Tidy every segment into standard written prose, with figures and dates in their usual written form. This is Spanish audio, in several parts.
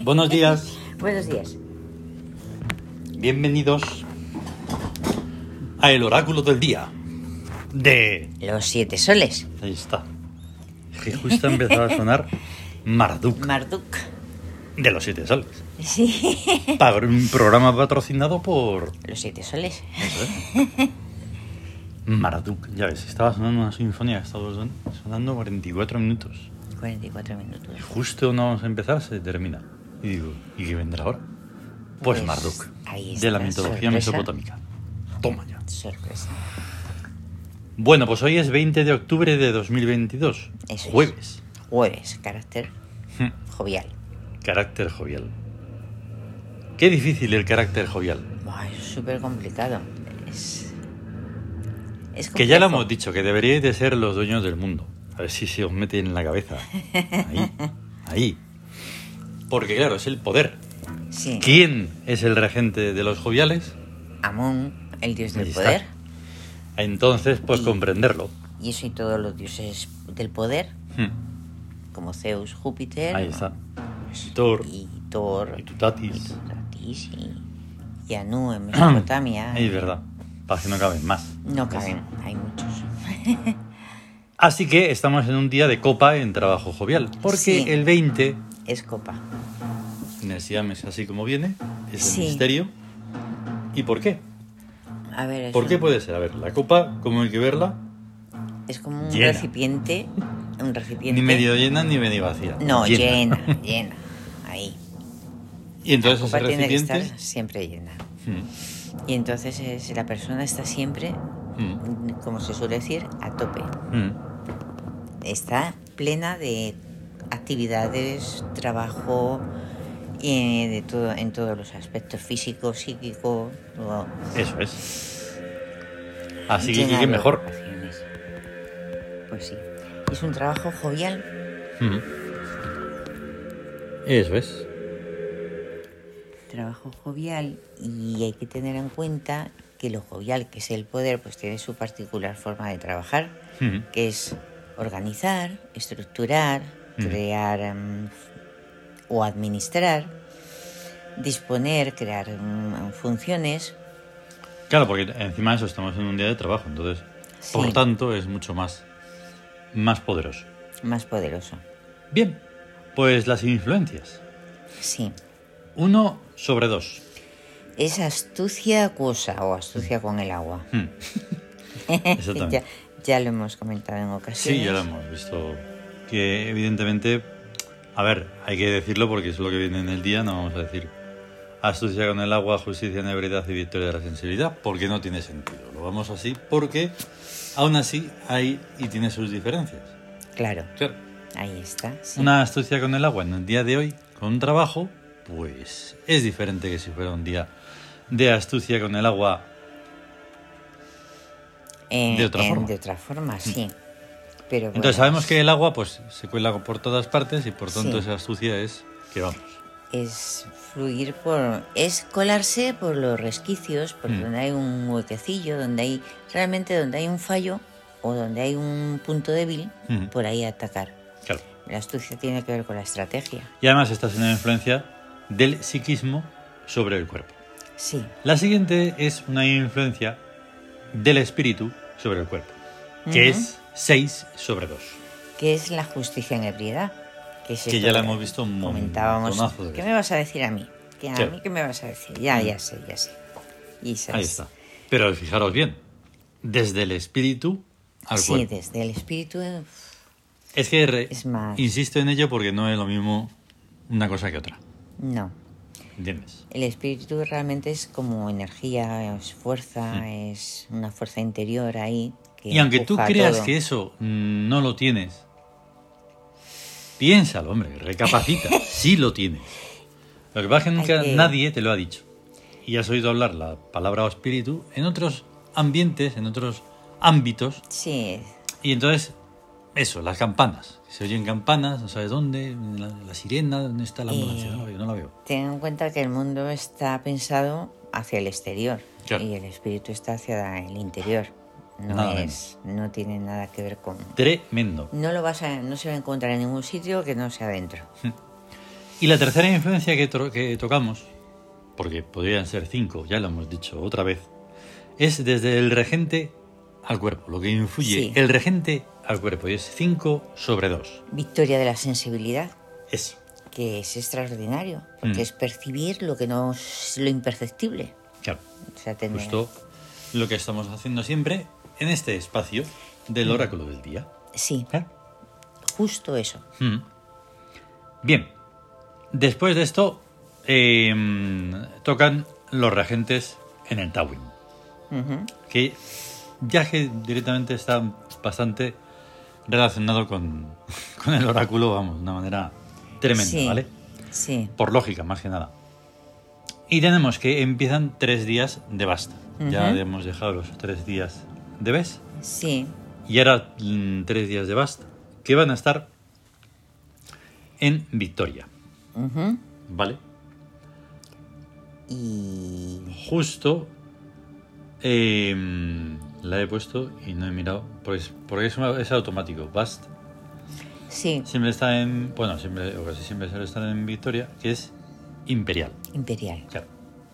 Buenos días. Buenos días. Bienvenidos a el oráculo del día de... Los 7 soles. Ahí está. Que justo ha empezado a sonar Marduk, Marduk. de los 7 soles. Sí. Un programa patrocinado por... Los 7 soles. Eso es. Marduk, ya ves, estaba sonando una sinfonía, estaba sonando 44 minutos. 44 minutos. Y justo no vamos a empezar, se termina. Y digo, ¿y qué vendrá ahora? Pues Marduk, ahí está, de la mitología sorpresa. mesopotámica. Toma ya. Sorpresa. Bueno, pues hoy es 20 de octubre de 2022, Eso es. jueves. Jueves, carácter jovial. Carácter jovial. Qué difícil el carácter jovial. Buah, es súper complicado. Es Que ya lo complejo. hemos dicho, que deberíais de ser los dueños del mundo. A ver si se os mete en la cabeza. Ahí. Porque claro, es el poder. Sí. ¿Quién es el regente de los joviales? Amón, el dios del Ahí está. poder. Entonces, pues Y- comprenderlo. Y eso y todos los dioses del poder, como Zeus, Júpiter. Ahí está. Thor, Y Thor. y Tutatis. Tutatis y Anu en Mesopotamia. Es verdad. Para que no caben más. No caben, hay muchos. Así que estamos en un día de copa en trabajo jovial. Porque Sí. el 20, Es copa. en el Siam es así como viene, es Sí. el misterio. ¿Y por qué? A ver, es ¿Por qué un- puede ser? A ver, la copa, ¿cómo hay que verla? Es como un Llena. recipiente. Un recipiente. Ni medio llena ni medio vacía. No, llena. Ahí. Y entonces La copa ese tiene que recipiente... estar siempre llena. Mm, Y entonces la persona está siempre, como se suele decir, a tope. Está plena de actividades, trabajo, de todo, en todos los aspectos, físico, psíquico. Todo. Eso es. Así que Llena qué de mejor. ocupaciones. Pues sí. Es un trabajo jovial. Mm. Eso es. Trabajo jovial, y hay que tener en cuenta que lo jovial, que es el poder, pues tiene su particular forma de trabajar, que es organizar, estructurar, crear o administrar, disponer, crear funciones. Claro, porque encima de eso estamos en un día de trabajo, entonces, Sí. por tanto, es mucho más poderoso. Más poderoso. Bien, pues las influencias. Sí. 1/2. Es astucia acuosa o astucia con el agua. Exactamente. ya lo hemos comentado en ocasiones. Sí, ya lo hemos visto. Que evidentemente, a ver, hay que decirlo porque es lo que viene en el día, no vamos a decir astucia con el agua, justicia, ebriedad y victoria de la sensibilidad, porque no tiene sentido. Lo vamos así porque aún así hay y tiene sus diferencias. Claro, Claro. ahí está. Sí. Una astucia con el agua en el día de hoy, con un trabajo, pues es diferente que si fuera un día de astucia con el agua de otra forma. De otra forma, sí. Pero bueno, Entonces sabemos que el agua pues se cuela por todas partes y por tanto Sí. esa astucia es que vamos. es fluir es colarse por los resquicios, por donde hay un huequecillo, donde hay un fallo o donde hay un punto débil, por ahí atacar. Claro. La astucia tiene que ver con la estrategia. Y además está siendo una influencia del psiquismo sobre el cuerpo. Sí, La siguiente es una influencia del espíritu sobre el cuerpo, que es 6/2. que es la justicia en ebriedad. Que, es Que esto ya la que hemos visto un comentábamos. montonazo de ¿Qué veces. me vas a decir a mí? ¿A Claro. mí qué me vas a decir? Ya sé. Y sabes. Ahí está. Pero fijaros bien, desde el espíritu al Sí, cuerpo. desde el espíritu. Es que Es más- insisto en ello porque no es lo mismo una cosa que otra. No. ¿Entiendes? El espíritu realmente es como energía, es fuerza, es una fuerza interior ahí. Que Y aunque tú empuja creas todo. que eso no lo tienes, piénsalo, hombre, recapacita. Sí lo tienes. Lo que pasa es que nunca que- nadie te lo ha dicho. Y has oído hablar la palabra espíritu en otros ambientes, en otros ámbitos. Sí, Y entonces, eso, las campanas. Se oyen campanas, no sabes dónde, la sirena, ¿dónde está la ambulancia? No la veo. ten en cuenta que el mundo está pensado hacia el exterior Claro. y el espíritu está hacia el interior. Nada No tiene nada que ver con... Tremendo. No se va a encontrar en ningún sitio que no sea dentro. Y la tercera influencia que tocamos, porque podrían ser 5, ya lo hemos dicho otra vez, es desde el regente al cuerpo, lo que influye el regente al cuerpo, y es 5/2. Victoria de la sensibilidad. Eso. Que es extraordinario, porque es percibir lo que no es lo imperceptible. Claro. O sea, justo lo que estamos haciendo siempre en este espacio del oráculo del día. Sí. Justo eso. Bien. Después de esto, tocan los regentes en el Tawin. Que ya que directamente está bastante relacionado con el oráculo, vamos, de una manera tremenda, ¿vale? Sí. Por lógica, más que nada. Y tenemos que empiezan 3 días de basta. Ya hemos dejado los 3 días de Bes. Sí. Y ahora 3 días de basta, que van a estar en Victoria. ¿Vale? Y justo la he puesto y no he mirado, pues, porque es automático. Bast siempre está en, bueno, siempre o casi siempre suele estar en Victoria, que es imperial. Claro.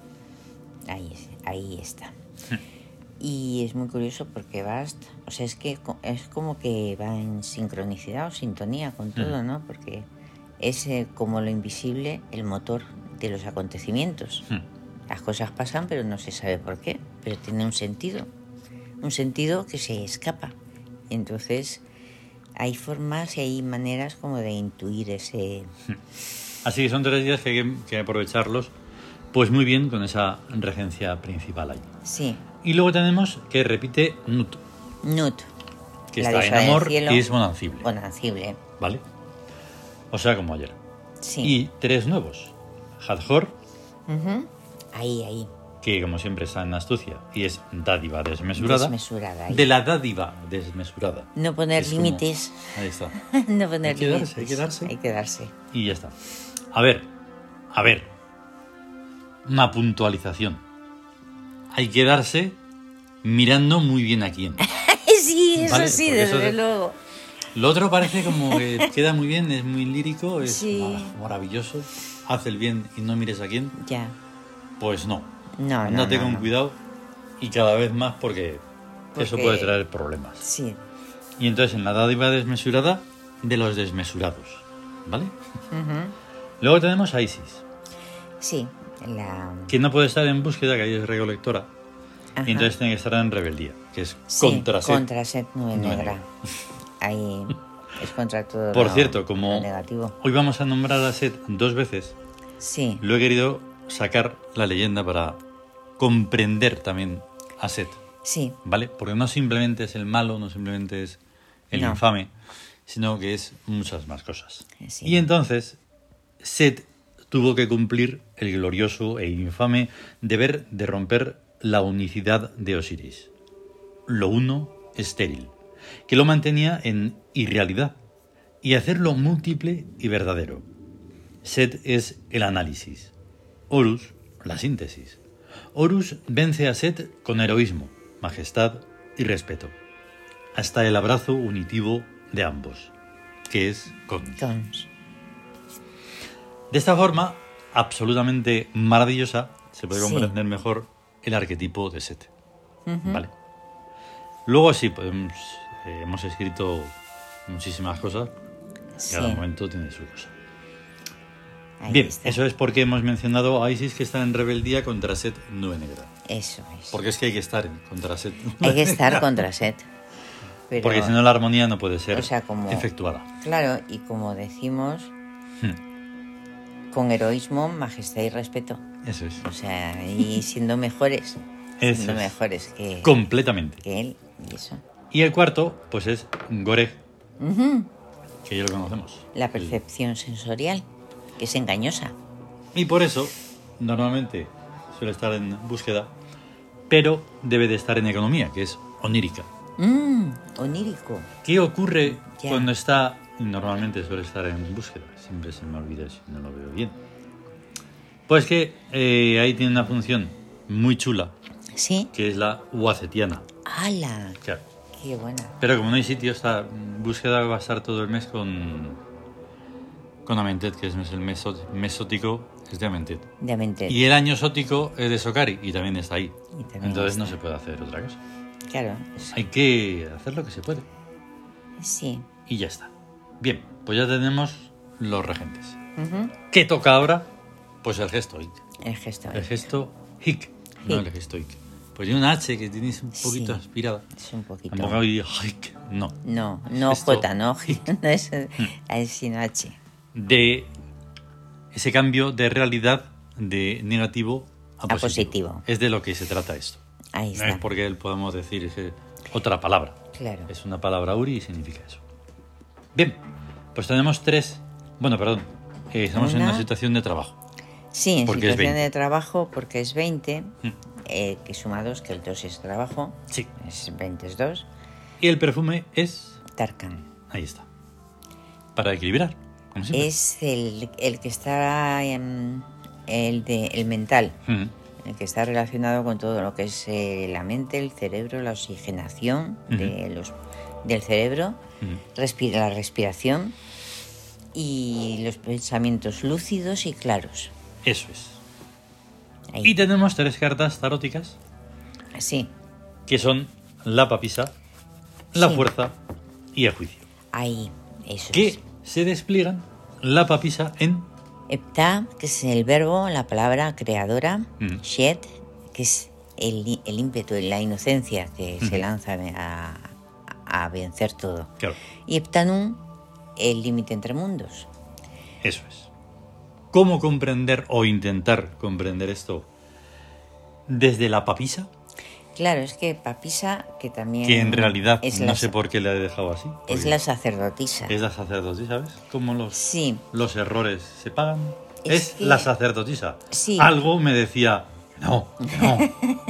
Ahí está. Y es muy curioso porque Bast, o sea, es que es como que va en sincronicidad o sintonía con todo, ¿no? Porque es como lo invisible, el motor de los acontecimientos. Las cosas pasan, pero no se sabe por qué, pero tiene un sentido que se escapa. Y entonces hay formas y hay maneras como de intuir ese... Así que son 3 días que hay que aprovecharlos pues muy bien con esa regencia principal ahí. Sí. Y luego tenemos que repite Nut. Que está en amor y es bonancible. ¿Vale? O sea, como ayer. Sí. Y 3 nuevos. Hadjor. Ahí. Que como siempre está en astucia y es dádiva desmesurada. Ahí. De la dádiva desmesurada. No poner límites. Ahí está. No poner límites. Hay que darse. Y ya está. A ver. Una puntualización. Hay que darse mirando muy bien a quién. Sí, eso ¿vale? Sí, desde luego. Lo otro parece como que queda muy bien, es muy lírico, es maravilloso. Haz el bien y no mires a quién. Ya. Pues no. Andate con cuidado y cada vez más porque eso puede traer problemas. Sí. Y entonces en la dádiva desmesurada de los desmesurados. ¿Vale? Luego tenemos a Isis. Sí. Que no puede estar en búsqueda, que ahí es recolectora. Y entonces tiene que estar en rebeldía, que es contra Set. Contra Set nube negra. Ahí es contra todo. Por cierto, como negativo. Hoy vamos a nombrar a Set 2 veces, lo he querido sacar la leyenda para comprender también a Set. Sí. ¿Vale? Porque no simplemente es el malo, no simplemente es el infame, sino que es muchas más cosas. Sí. Y entonces, Set tuvo que cumplir el glorioso e infame deber de romper la unicidad de Osiris, lo uno estéril, que lo mantenía en irrealidad, y hacerlo múltiple y verdadero. Set es el análisis, Horus la síntesis. Horus vence a Set con heroísmo, majestad y respeto, hasta el abrazo unitivo de ambos, que es Cons. De esta forma, absolutamente maravillosa, se puede comprender mejor el arquetipo de Set. ¿Vale? Luego sí, hemos escrito muchísimas cosas. Cada momento tiene su cosa. Bien, eso es porque hemos mencionado a Isis que está en rebeldía contra Set nube negra. Eso es. Porque es que hay que estar contra Set. Hay que estar contra Set. Pero, porque si no la armonía no puede ser efectuada. Claro, y como decimos, con heroísmo, majestad y respeto. Eso es. O sea, y siendo mejores. Siendo mejores que... Completamente. Que él y eso. Y el cuarto, pues es Goreg. Que ya lo conocemos. La percepción sensorial, que es engañosa. Y por eso, normalmente, suele estar en búsqueda, pero debe de estar en economía, que es onírica. Onírico. ¿Qué ocurre cuando está... Normalmente suele estar en búsqueda, siempre se me olvida si no lo veo bien. Pues que ahí tiene una función muy chula, que es la uacetiana. ¡Hala! Claro. ¡Qué buena! Pero como no hay sitio, esta búsqueda va a estar todo el mes con con Amentet, que es el mes sótico, es de Amentet. De Amentet. Y el año sótico es de Sokari, y también está ahí. Entonces está. no se puede hacer otra cosa. Claro. Hay que hacer lo que se puede. Sí. Y ya está. Bien, pues ya tenemos los regentes. Ujú. ¿Qué toca ahora? Pues el gesto hic. El gesto. El gesto hic, no el gesto hic. Pues tiene una H que tienes un poquito Sí. aspirada. Es un poquito. Tampoco hay hic, no. No Gesto J, no hic. no es sino H. De ese cambio de realidad de negativo a positivo. positivo. Es de lo que se trata esto. Ahí No está. es porque podemos decir otra palabra. Claro. Es una palabra uri y significa eso. Bien, pues tenemos tres. Bueno, perdón. Estamos en una situación de trabajo. Sí, en Porque es situación 20. de trabajo, porque es 20, Mm. que suma 2, que el 2 es trabajo, Sí. es 20 es 2, Y el perfume es. Tarkan. Ahí está. Para equilibrar, como siempre. Es el que está en el mental, Mm. el que está relacionado con todo lo que es la mente, el cerebro, la oxigenación del cerebro, la respiración y los pensamientos lúcidos y claros. Eso es. Ahí. Y tenemos tres cartas taróticas Sí, que son la papisa, la Sí. fuerza y el juicio. ahí, eso Que es. se despliegan la papisa en. Epta, que es el verbo, la palabra creadora. Mm. Shet, que es el ímpetu, la inocencia que se lanza a vencer todo. Claro, Y Eptanum, el límite entre mundos. eso es. ¿Cómo comprender o intentar comprender esto desde la papisa? Claro, es que Papisa, que también... Que en realidad es no la, sé por qué le he dejado así. es porque la sacerdotisa. es la sacerdotisa, ¿sabes? Cómo Sí, los errores se pagan. Es Es que- la sacerdotisa. Sí. Algo me decía, no, que no.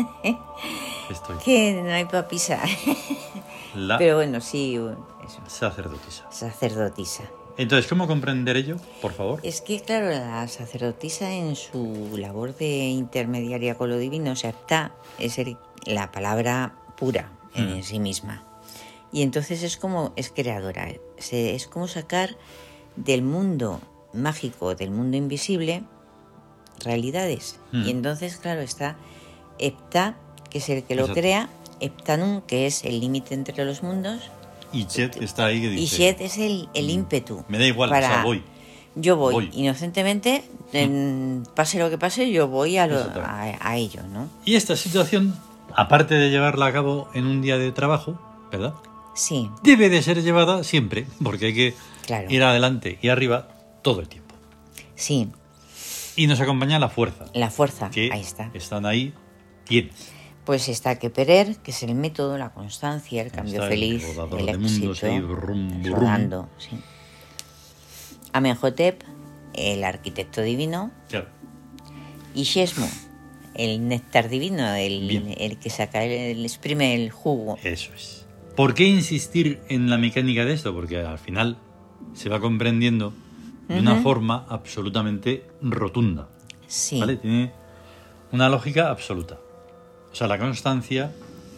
Estoy. que no hay Papisa. La Pero bueno, sí, eso, sacerdotisa. sacerdotisa. Entonces, ¿cómo comprender ello, por favor? Es que, claro, la sacerdotisa en su labor de intermediaria con lo divino, o sea, Ptah es la palabra pura en sí misma. Y entonces es creadora. Es como sacar del mundo mágico, del mundo invisible, realidades. Y entonces, claro, está Epta, que es el que lo Exacto. crea, Eptanum, que es el límite entre los mundos, Y Chet está ahí que dice... y Shet es el ímpetu. Me da igual, o sea, voy. Yo voy, Voy. inocentemente, pase lo que pase, yo voy a Exactamente. ello, ¿no? Y esta situación, aparte de llevarla a cabo en un día de trabajo, ¿verdad? Sí, Debe de ser llevada siempre, porque hay que Claro. ir adelante y arriba todo el tiempo. sí, Y nos acompaña la fuerza, la fuerza, que ahí está. están ahí, tienes. Pues está Keperer, que es el método, la constancia, el cambio Está feliz, rodador el de mundos éxito, ahí, brum, brum. rodando, sí. Amenhotep, el arquitecto divino, Claro. y Shesmo, el néctar divino, Bien. el que saca, el exprime el jugo. Eso es. ¿Por qué insistir en la mecánica de esto? Porque al final se va comprendiendo de una forma absolutamente rotunda. Sí, ¿Vale? Tiene una lógica absoluta. O sea, la constancia,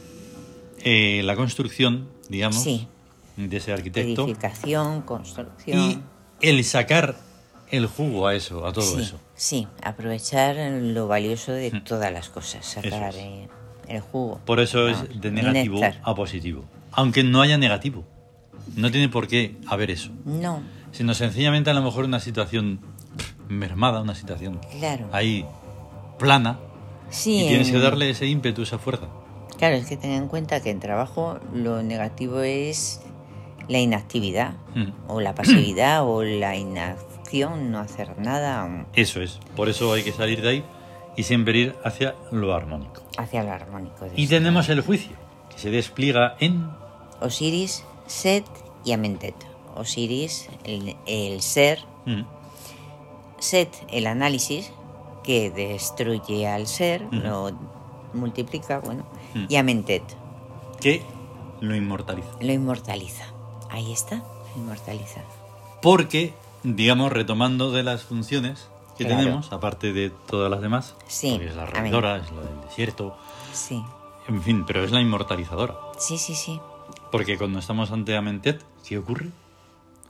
la construcción, digamos, Sí. de ese arquitecto edificación, construcción. y el sacar el jugo a eso, a todo sí, eso. sí, aprovechar lo valioso de todas las cosas, sacar Eso el jugo. Por eso Vamos, es de el negativo néctar. a positivo. Aunque no haya negativo. No tiene por qué haber eso. No, Sino sencillamente a lo mejor una situación mermada, una situación claro. ahí plana, Sí, y tienes que darle ese ímpetu, esa fuerza. claro, es que ten en cuenta que en trabajo lo negativo es la inactividad, o la pasividad, o la inacción, no hacer nada, o Eso es. Por eso hay que salir de ahí y siempre ir hacia lo armónico. hacia lo armónico. de Y esto. tenemos el juicio, que se despliega en... Osiris, Set y Amentet. Osiris, el ser, Mm, Set, el análisis, que destruye al ser, lo multiplica, bueno, y Amentet, que lo inmortaliza. lo inmortaliza. Ahí está, lo inmortaliza. Porque, digamos, retomando de las funciones que Claro. tenemos, aparte de todas las demás, Sí, porque es la amén. regidora, es la del desierto, Sí, en fin, pero es la inmortalizadora. sí, sí, sí. Porque cuando estamos ante Amentet, ¿qué ocurre?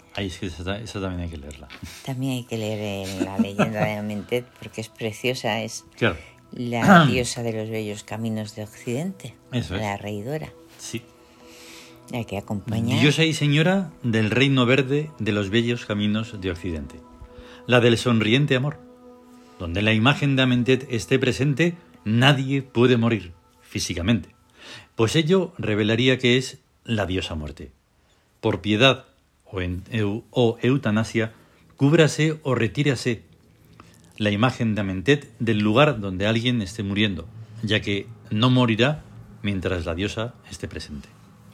Ahí es que esa también hay que leerla. También hay que leer la leyenda de Amentet porque es preciosa, es Claro. la diosa de los bellos caminos de Occidente, Eso es. la reidora, Sí. la que acompaña. Diosa y señora del reino verde de los bellos caminos de Occidente. La del sonriente amor. Donde la imagen de Amentet esté presente, nadie puede morir físicamente. Pues ello revelaría que es la diosa muerte. Por piedad o eutanasia, cúbrase o retírase la imagen de Amentet del lugar donde alguien esté muriendo, ya que no morirá mientras la diosa esté presente.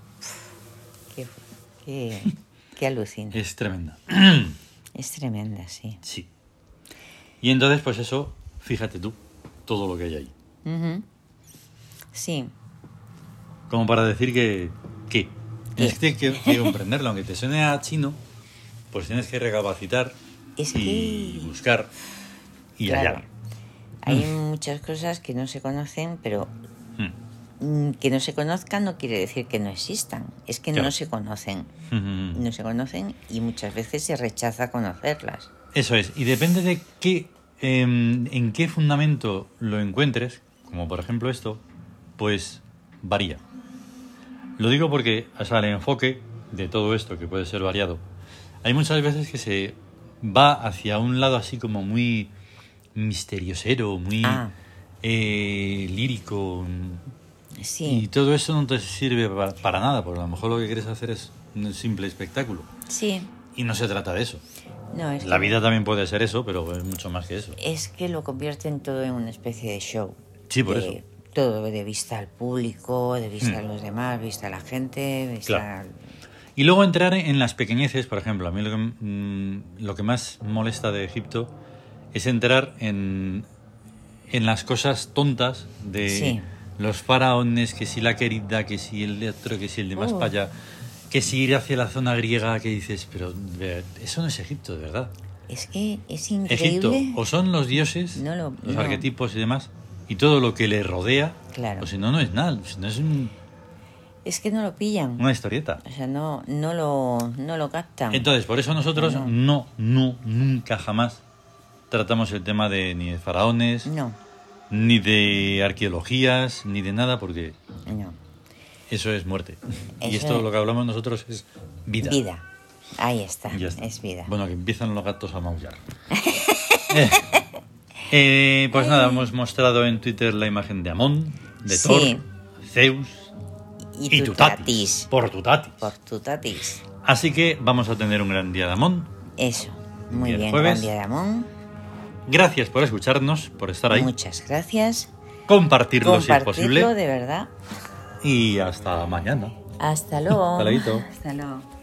Qué alucina. Es tremenda. Es tremenda, sí. Sí. Y entonces, pues eso, fíjate tú, todo lo que hay ahí. Ujú. Sí. Como para decir que tienes que comprenderlo, aunque te suene a chino, pues tienes que recapacitar Es y que... buscar y Claro. hallar. Hay muchas cosas que no se conocen, pero que no se conozcan no quiere decir que no existan. Es que Claro. no se conocen. No se conocen y muchas veces se rechaza conocerlas. Eso es, y depende de qué, en qué fundamento lo encuentres, como por ejemplo esto, pues varía. Lo digo porque, o sea, el enfoque de todo esto, que puede ser variado, hay muchas veces que se va hacia un lado así como muy misteriosero, muy lírico, Sí. y todo eso no te sirve para nada, porque a lo mejor lo que quieres hacer es un simple espectáculo, Sí. y no se trata de eso. No, es La que- vida también puede ser eso, pero es mucho más que eso. Es que lo convierten todo en una especie de show. Sí, por De- eso. Todo de vista al público, de vista a los demás, vista a la gente, vista Claro. Y luego entrar en las pequeñeces, por ejemplo, a mí lo que más molesta de Egipto es entrar en las cosas tontas de Sí. los faraones, que si la querida, que si el de otro, que si el de más Oh. para allá, que si ir hacia la zona griega, que dices, pero eso no es Egipto, de verdad. Es que es Egipto, increíble. o son los dioses, No los no. arquetipos y demás, y todo lo que le rodea, Claro. o si no, no es nada, si no es Es que no lo pillan. una historieta. O sea, no lo captan. Entonces, por eso nosotros No. nunca jamás tratamos el tema de ni de faraones, No, ni de arqueologías, ni de nada, porque no. eso es muerte. Y Eso esto es- lo que hablamos nosotros es vida. Vida. Ahí está. Y ya está. Es vida. Bueno, que empiezan los gatos a maullar. Pues nada, hemos mostrado en Twitter la imagen de Amón, de Sí. Thor, Zeus y y Tutatis. Por Tutatis. Por Tutatis. Así que vamos a tener un gran día de Amón. Eso. Muy Y el bien, jueves- gran día de Amón. Gracias por escucharnos, por estar ahí. Muchas gracias. Compartirlo si es Compartirlo posible. de verdad. Y hasta mañana. Hasta luego. Hasta luego. Hasta luego.